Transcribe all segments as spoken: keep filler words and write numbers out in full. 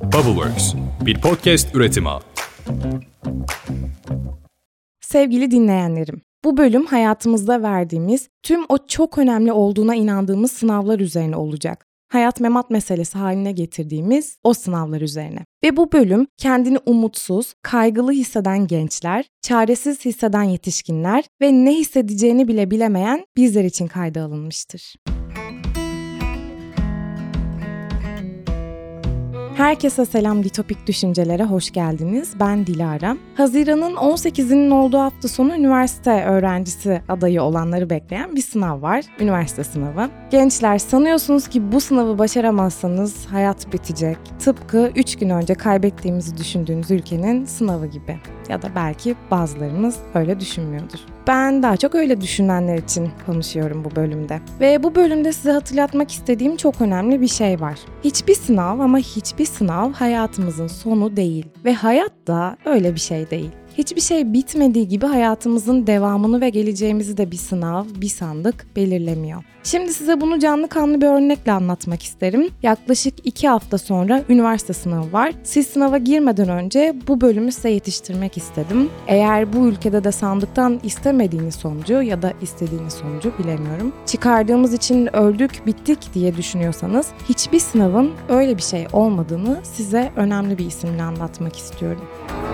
Bubbleworks, bir podcast üretimi. Sevgili dinleyenlerim, bu bölüm hayatımızda verdiğimiz tüm o çok önemli olduğuna inandığımız sınavlar üzerine olacak. Hayat memat meselesi haline getirdiğimiz o sınavlar üzerine. Ve bu bölüm kendini umutsuz, kaygılı hisseden gençler, çaresiz hisseden yetişkinler ve ne hissedeceğini bile bilemeyen bizler için kayda alınmıştır. Herkese selam, Ditopik Düşüncelere hoş geldiniz. Ben Dilara. Haziran'ın on sekizinin olduğu hafta sonu üniversite öğrencisi adayı olanları bekleyen bir sınav var. Üniversite sınavı. Gençler, sanıyorsunuz ki bu sınavı başaramazsanız hayat bitecek. Tıpkı üç gün önce kaybettiğimizi düşündüğünüz ülkenin sınavı gibi. Ya da belki bazılarımız öyle düşünmüyordur. Ben daha çok öyle düşünenler için konuşuyorum bu bölümde. Ve bu bölümde size hatırlatmak istediğim çok önemli bir şey var. Hiçbir sınav ama hiçbir sınav hayatımızın sonu değil. Ve hayat da öyle bir şey değil. Hiçbir şey bitmediği gibi hayatımızın devamını ve geleceğimizi de bir sınav, bir sandık belirlemiyor. Şimdi size bunu canlı kanlı bir örnekle anlatmak isterim. Yaklaşık iki hafta sonra üniversite sınavı var. Siz sınava girmeden önce bu bölümü size yetiştirmek istedim. Eğer bu ülkede de sandıktan istemediğiniz sonucu ya da istediğiniz sonucu bilemiyorum, çıkardığımız için öldük, bittik diye düşünüyorsanız hiçbir sınavın öyle bir şey olmadığını size önemli bir isimle anlatmak istiyorum.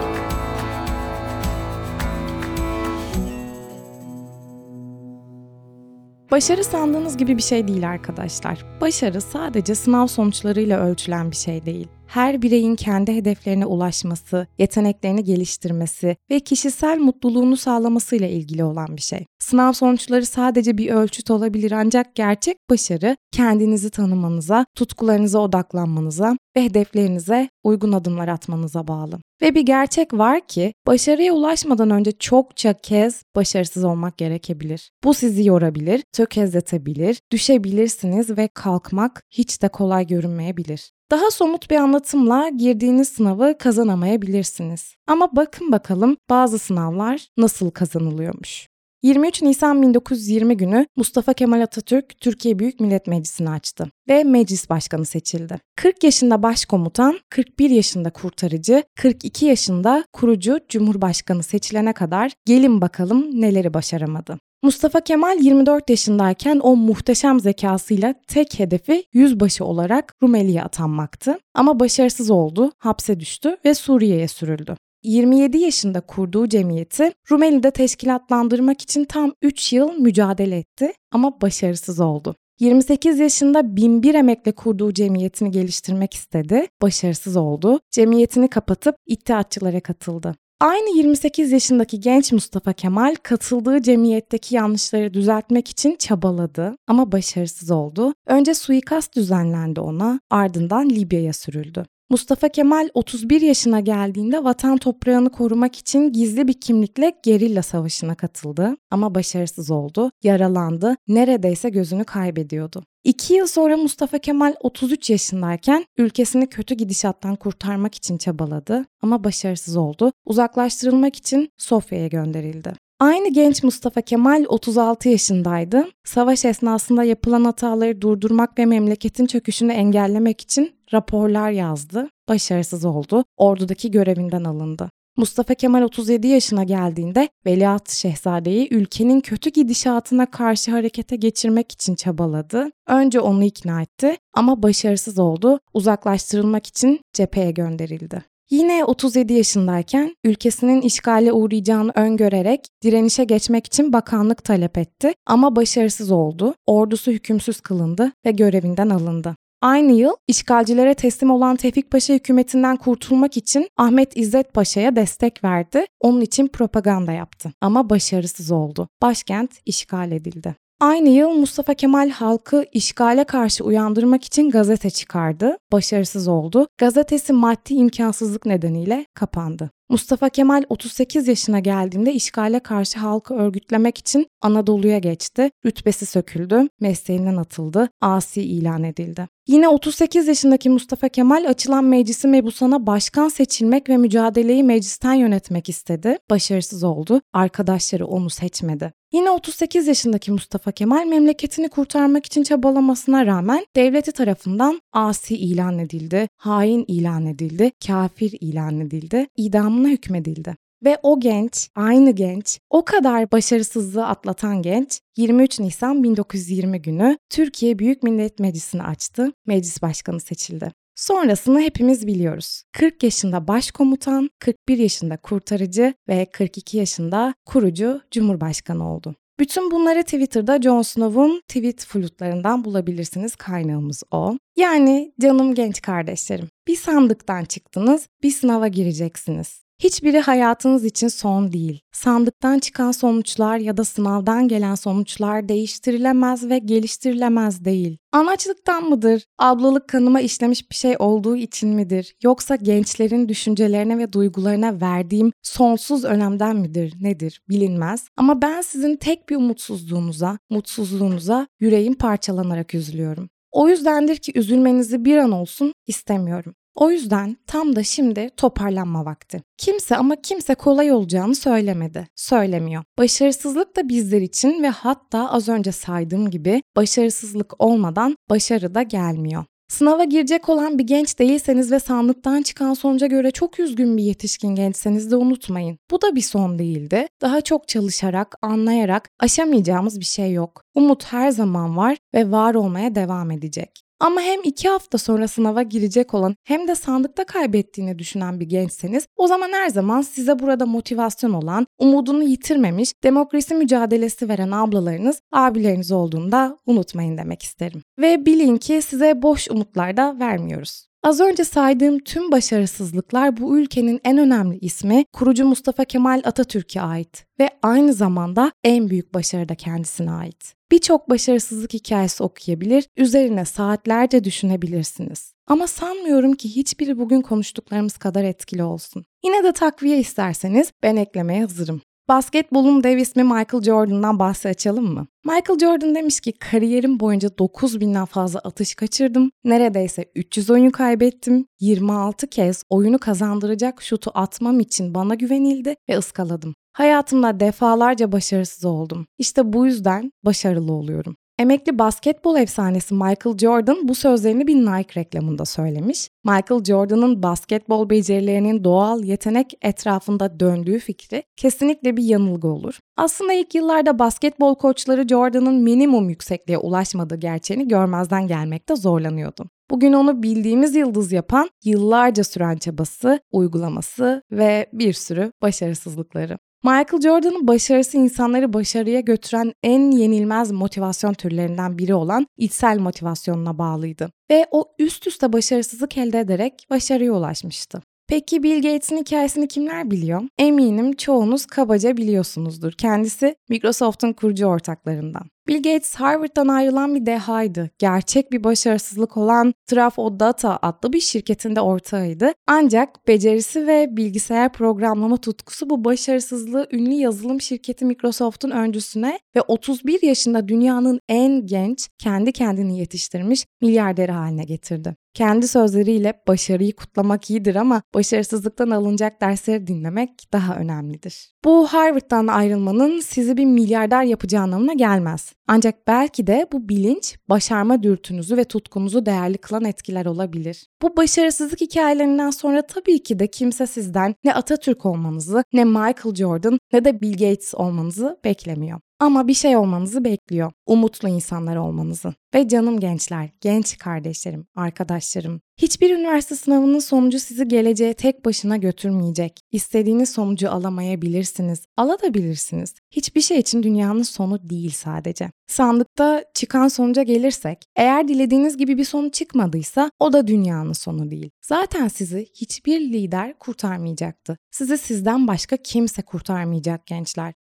Başarı sandığınız gibi bir şey değil arkadaşlar. Başarı sadece sınav sonuçlarıyla ölçülen bir şey değil. Her bireyin kendi hedeflerine ulaşması, yeteneklerini geliştirmesi ve kişisel mutluluğunu sağlamasıyla ilgili olan bir şey. Sınav sonuçları sadece bir ölçüt olabilir ancak gerçek başarı kendinizi tanımanıza, tutkularınıza odaklanmanıza ve hedeflerinize uygun adımlar atmanıza bağlı. Ve bir gerçek var ki başarıya ulaşmadan önce çokça kez başarısız olmak gerekebilir. Bu sizi yorabilir, tökezletebilir, düşebilirsiniz ve kalkmak hiç de kolay görünmeyebilir. Daha somut bir anlatımla girdiğiniz sınavı kazanamayabilirsiniz. Ama bakın bakalım bazı sınavlar nasıl kazanılıyormuş. yirmi üç Nisan bin dokuz yüz yirmi günü Mustafa Kemal Atatürk Türkiye Büyük Millet Meclisi'ni açtı ve meclis başkanı seçildi. kırk yaşında başkomutan, kırk bir yaşında kurtarıcı, kırk iki yaşında kurucu Cumhurbaşkanı seçilene kadar gelin bakalım neleri başaramadı. Mustafa Kemal yirmi dört yaşındayken o muhteşem zekasıyla tek hedefi yüzbaşı olarak Rumeli'ye atanmaktı. Ama başarısız oldu, hapse düştü ve Suriye'ye sürüldü. yirmi yedi yaşında kurduğu cemiyeti Rumeli'de teşkilatlandırmak için tam üç yıl mücadele etti ama başarısız oldu. yirmi sekiz yaşında bin bir emekle kurduğu cemiyetini geliştirmek istedi, başarısız oldu. Cemiyetini kapatıp İttihatçılara katıldı. Aynı yirmi sekiz yaşındaki genç Mustafa Kemal katıldığı cemiyetteki yanlışları düzeltmek için çabaladı ama başarısız oldu. Önce suikast düzenlendi ona, ardından Libya'ya sürüldü. Mustafa Kemal otuz bir yaşına geldiğinde vatan toprağını korumak için gizli bir kimlikle gerilla savaşına katıldı ama başarısız oldu, yaralandı, neredeyse gözünü kaybediyordu. İki yıl sonra Mustafa Kemal otuz üç yaşındayken ülkesini kötü gidişattan kurtarmak için çabaladı ama başarısız oldu, uzaklaştırılmak için Sofya'ya gönderildi. Aynı genç Mustafa Kemal otuz altı yaşındaydı. Savaş esnasında yapılan hataları durdurmak ve memleketin çöküşünü engellemek için raporlar yazdı. Başarısız oldu. Ordudaki görevinden alındı. Mustafa Kemal otuz yedi yaşına geldiğinde Veliaht Şehzade'yi ülkenin kötü gidişatına karşı harekete geçirmek için çabaladı. Önce onu ikna etti ama başarısız oldu. Uzaklaştırılmak için cepheye gönderildi. Yine otuz yedi yaşındayken ülkesinin işgale uğrayacağını öngörerek direnişe geçmek için bakanlık talep etti ama başarısız oldu. Ordusu hükümsüz kılındı ve görevinden alındı. Aynı yıl işgalcilere teslim olan Tevfik Paşa hükümetinden kurtulmak için Ahmet İzzet Paşa'ya destek verdi. Onun için propaganda yaptı ama başarısız oldu. Başkent işgal edildi. Aynı yıl Mustafa Kemal halkı işgale karşı uyandırmak için gazete çıkardı. Başarısız oldu. Gazetesi maddi imkansızlık nedeniyle kapandı. Mustafa Kemal otuz sekiz yaşına geldiğinde işgale karşı halkı örgütlemek için Anadolu'ya geçti. Rütbesi söküldü, mesleğinden atıldı, asi ilan edildi. Yine otuz sekiz yaşındaki Mustafa Kemal açılan meclisi mebusana başkan seçilmek ve mücadeleyi meclisten yönetmek istedi. Başarısız oldu. Arkadaşları onu seçmedi. Yine otuz sekiz yaşındaki Mustafa Kemal memleketini kurtarmak için çabalamasına rağmen devleti tarafından asi ilan edildi, hain ilan edildi, kafir ilan edildi, idamına hükmedildi. Ve o genç, aynı genç, o kadar başarısızlığı atlatan genç yirmi üç Nisan bin dokuz yüz yirmi günü Türkiye Büyük Millet Meclisi'ni açtı, meclis başkanı seçildi. Sonrasını hepimiz biliyoruz. kırk yaşında başkomutan, kırk bir yaşında kurtarıcı ve kırk iki yaşında kurucu Cumhurbaşkanı oldu. Bütün bunları Twitter'da Jon Snow'un tweet flutlarından bulabilirsiniz. Kaynağımız o. Yani canım genç kardeşlerim, bir sandıktan çıktınız, bir sınava gireceksiniz. Hiçbiri hayatınız için son değil. Sandıktan çıkan sonuçlar ya da sınavdan gelen sonuçlar değiştirilemez ve geliştirilemez değil. Anaçlıktan mıdır? Ablalık kanıma işlemiş bir şey olduğu için midir? Yoksa gençlerin düşüncelerine ve duygularına verdiğim sonsuz önemden midir? Nedir? Bilinmez. Ama ben sizin tek bir umutsuzluğunuza, mutsuzluğunuza yüreğim parçalanarak üzülüyorum. O yüzdendir ki üzülmenizi bir an olsun istemiyorum. O yüzden tam da şimdi toparlanma vakti. Kimse ama kimse kolay olacağını söylemedi, söylemiyor. Başarısızlık da bizler için ve hatta az önce saydığım gibi başarısızlık olmadan başarı da gelmiyor. Sınava girecek olan bir genç değilseniz ve sandıktan çıkan sonuca göre çok üzgün bir yetişkin gençseniz de unutmayın. Bu da bir son değildi. Daha çok çalışarak, anlayarak aşamayacağımız bir şey yok. Umut her zaman var ve var olmaya devam edecek. Ama hem iki hafta sonra sınava girecek olan hem de sandıkta kaybettiğini düşünen bir gençseniz o zaman her zaman size burada motivasyon olan, umudunu yitirmemiş, demokrasi mücadelesi veren ablalarınız, abileriniz olduğunu da unutmayın demek isterim. Ve bilin ki size boş umutlar da vermiyoruz. Az önce saydığım tüm başarısızlıklar bu ülkenin en önemli ismi kurucu Mustafa Kemal Atatürk'e ait ve aynı zamanda en büyük başarı da kendisine ait. Birçok başarısızlık hikayesi okuyabilir, üzerine saatlerce düşünebilirsiniz. Ama sanmıyorum ki hiçbiri bugün konuştuklarımız kadar etkili olsun. Yine de takviye isterseniz ben eklemeye hazırım. Basketbolun dev ismi Michael Jordan'dan bahsi açalım mı? Michael Jordan demiş ki kariyerim boyunca dokuz binden fazla atış kaçırdım. Neredeyse üç yüz oyun kaybettim. yirmi altı kez oyunu kazandıracak şutu atmam için bana güvenildi ve ıskaladım. Hayatımda defalarca başarısız oldum. İşte bu yüzden başarılı oluyorum. Emekli basketbol efsanesi Michael Jordan bu sözlerini bir Nike reklamında söylemiş. Michael Jordan'ın basketbol becerilerinin doğal yetenek etrafında döndüğü fikri kesinlikle bir yanılgı olur. Aslında ilk yıllarda basketbol koçları Jordan'ın minimum yüksekliğe ulaşmadığı gerçeğini görmezden gelmekte zorlanıyordu. Bugün onu bildiğimiz yıldız yapan yıllarca süren çabası, uygulaması ve bir sürü başarısızlıkları. Michael Jordan'ın başarısı insanları başarıya götüren en yenilmez motivasyon türlerinden biri olan içsel motivasyonuna bağlıydı. Ve o üst üste başarısızlık elde ederek başarıya ulaşmıştı. Peki Bill Gates'in hikayesini kimler biliyor? Eminim çoğunuz kabaca biliyorsunuzdur. Kendisi Microsoft'un kurucu ortaklarından. Bill Gates Harvard'dan ayrılan bir dehaydı. Gerçek bir başarısızlık olan Trafo Data adlı bir şirketinde ortağıydı. Ancak becerisi ve bilgisayar programlama tutkusu bu başarısızlığı ünlü yazılım şirketi Microsoft'un öncüsüne ve otuz bir yaşında dünyanın en genç, kendi kendini yetiştirmiş milyarderi haline getirdi. Kendi sözleriyle başarıyı kutlamak iyidir ama başarısızlıktan alınacak dersleri dinlemek daha önemlidir. Bu Harvard'dan ayrılmanın sizi bir milyarder yapacağı anlamına gelmez. Ancak belki de bu bilinç başarma dürtünüzü ve tutkunuzu değerli kılan etkiler olabilir. Bu başarısızlık hikayelerinden sonra tabii ki de kimse sizden ne Atatürk olmanızı, ne Michael Jordan ne de Bill Gates olmanızı beklemiyor. Ama bir şey olmanızı bekliyor. Umutlu insanlar olmanızı. Ve canım gençler, genç kardeşlerim, arkadaşlarım, hiçbir üniversite sınavının sonucu sizi geleceğe tek başına götürmeyecek. İstediğiniz sonucu alamayabilirsiniz, alabilirsiniz. Hiçbir şey için dünyanın sonu değil sadece. Sandıkta çıkan sonuca gelirsek, eğer dilediğiniz gibi bir sonuç çıkmadıysa o da dünyanın sonu değil. Zaten sizi hiçbir lider kurtarmayacaktı. Sizi sizden başka kimse kurtarmayacak gençler.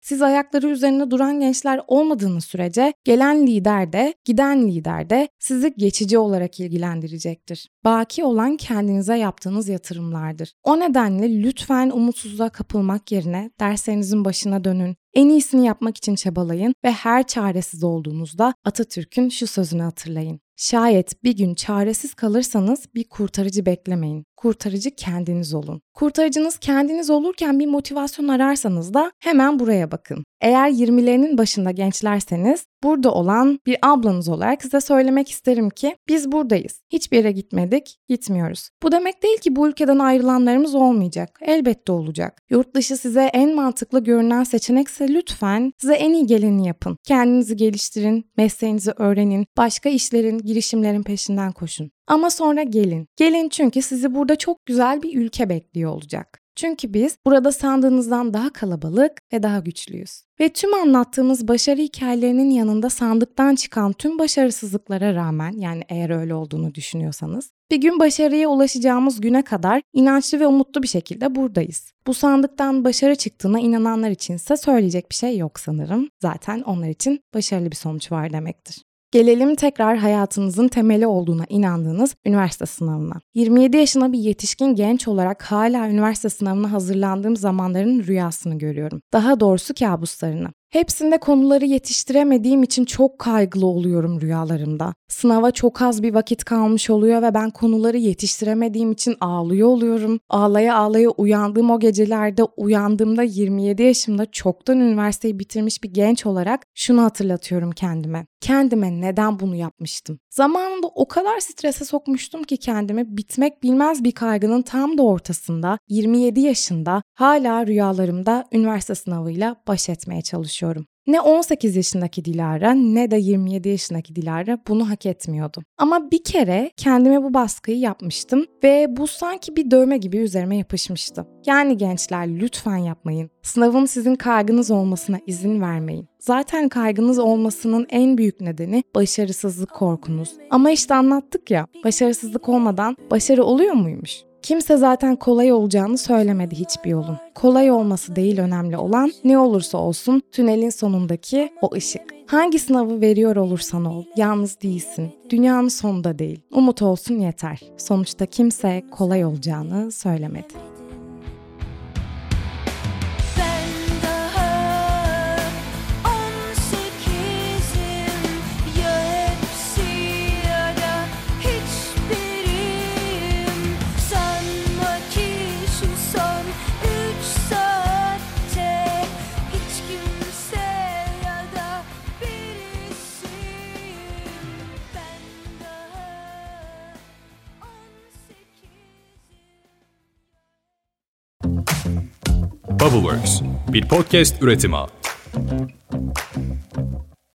Siz ayakları üzerinde duran gençler olmadığınız sürece gelen lider de, giden lider de sizi geçici olarak ilgilendirecektir. Baki olan kendinize yaptığınız yatırımlardır. O nedenle lütfen umutsuzluğa kapılmak yerine derslerinizin başına dönün. En iyisini yapmak için çabalayın ve her çaresiz olduğunuzda Atatürk'ün şu sözünü hatırlayın. Şayet bir gün çaresiz kalırsanız bir kurtarıcı beklemeyin. Kurtarıcı kendiniz olun. Kurtarıcınız kendiniz olurken bir motivasyon ararsanız da hemen buraya bakın. Eğer yirmilerinin başında gençlerseniz burada olan bir ablanız olarak size söylemek isterim ki biz buradayız. Hiçbir yere gitmedik, gitmiyoruz. Bu demek değil ki bu ülkeden ayrılanlarımız olmayacak. Elbette olacak. Yurt dışı size en mantıklı görünen seçenekse lütfen size en iyi geleni yapın. Kendinizi geliştirin, mesleğinizi öğrenin, başka işlerin, girişimlerin peşinden koşun. Ama sonra gelin. Gelin çünkü sizi burada çok güzel bir ülke bekliyor olacak. Çünkü biz burada sandığınızdan daha kalabalık ve daha güçlüyüz. Ve tüm anlattığımız başarı hikayelerinin yanında sandıktan çıkan tüm başarısızlıklara rağmen, yani eğer öyle olduğunu düşünüyorsanız, bir gün başarıya ulaşacağımız güne kadar inançlı ve umutlu bir şekilde buradayız. Bu sandıktan başarı çıktığına inananlar içinse söyleyecek bir şey yok sanırım. Zaten onlar için başarılı bir sonuç var demektir. Gelelim tekrar hayatınızın temeli olduğuna inandığınız üniversite sınavına. yirmi yedi yaşına bir yetişkin genç olarak hala üniversite sınavına hazırlandığım zamanların rüyasını görüyorum. Daha doğrusu kabuslarını. Hepsinde konuları yetiştiremediğim için çok kaygılı oluyorum rüyalarımda. Sınava çok az bir vakit kalmış oluyor ve ben konuları yetiştiremediğim için ağlıyor oluyorum. Ağlaya ağlaya uyandığım o gecelerde uyandığımda yirmi yedi yaşımda çoktan üniversiteyi bitirmiş bir genç olarak şunu hatırlatıyorum kendime. Kendime neden bunu yapmıştım? Zamanında o kadar strese sokmuştum ki kendimi bitmek bilmez bir kaygının tam da ortasında yirmi yedi yaşında hala rüyalarımda üniversite sınavıyla baş etmeye çalışıyorum. Ne on sekiz yaşındaki Dilara ne de yirmi yedi yaşındaki Dilara bunu hak etmiyordu. Ama bir kere kendime bu baskıyı yapmıştım ve bu sanki bir dövme gibi üzerime yapışmıştı. Yani gençler lütfen yapmayın. Sınavın sizin kaygınız olmasına izin vermeyin. Zaten kaygınız olmasının en büyük nedeni başarısızlık korkunuz. Ama işte anlattık ya, başarısızlık olmadan başarı oluyor muymuş? Kimse zaten kolay olacağını söylemedi hiçbir yolun. Kolay olması değil önemli olan, ne olursa olsun tünelin sonundaki o ışık. Hangi sınavı veriyor olursan ol, yalnız değilsin. Dünyanın sonunda değil. Umut olsun yeter. Sonuçta kimse kolay olacağını söylemedi. Bubbleworks, bir podcast üretimi.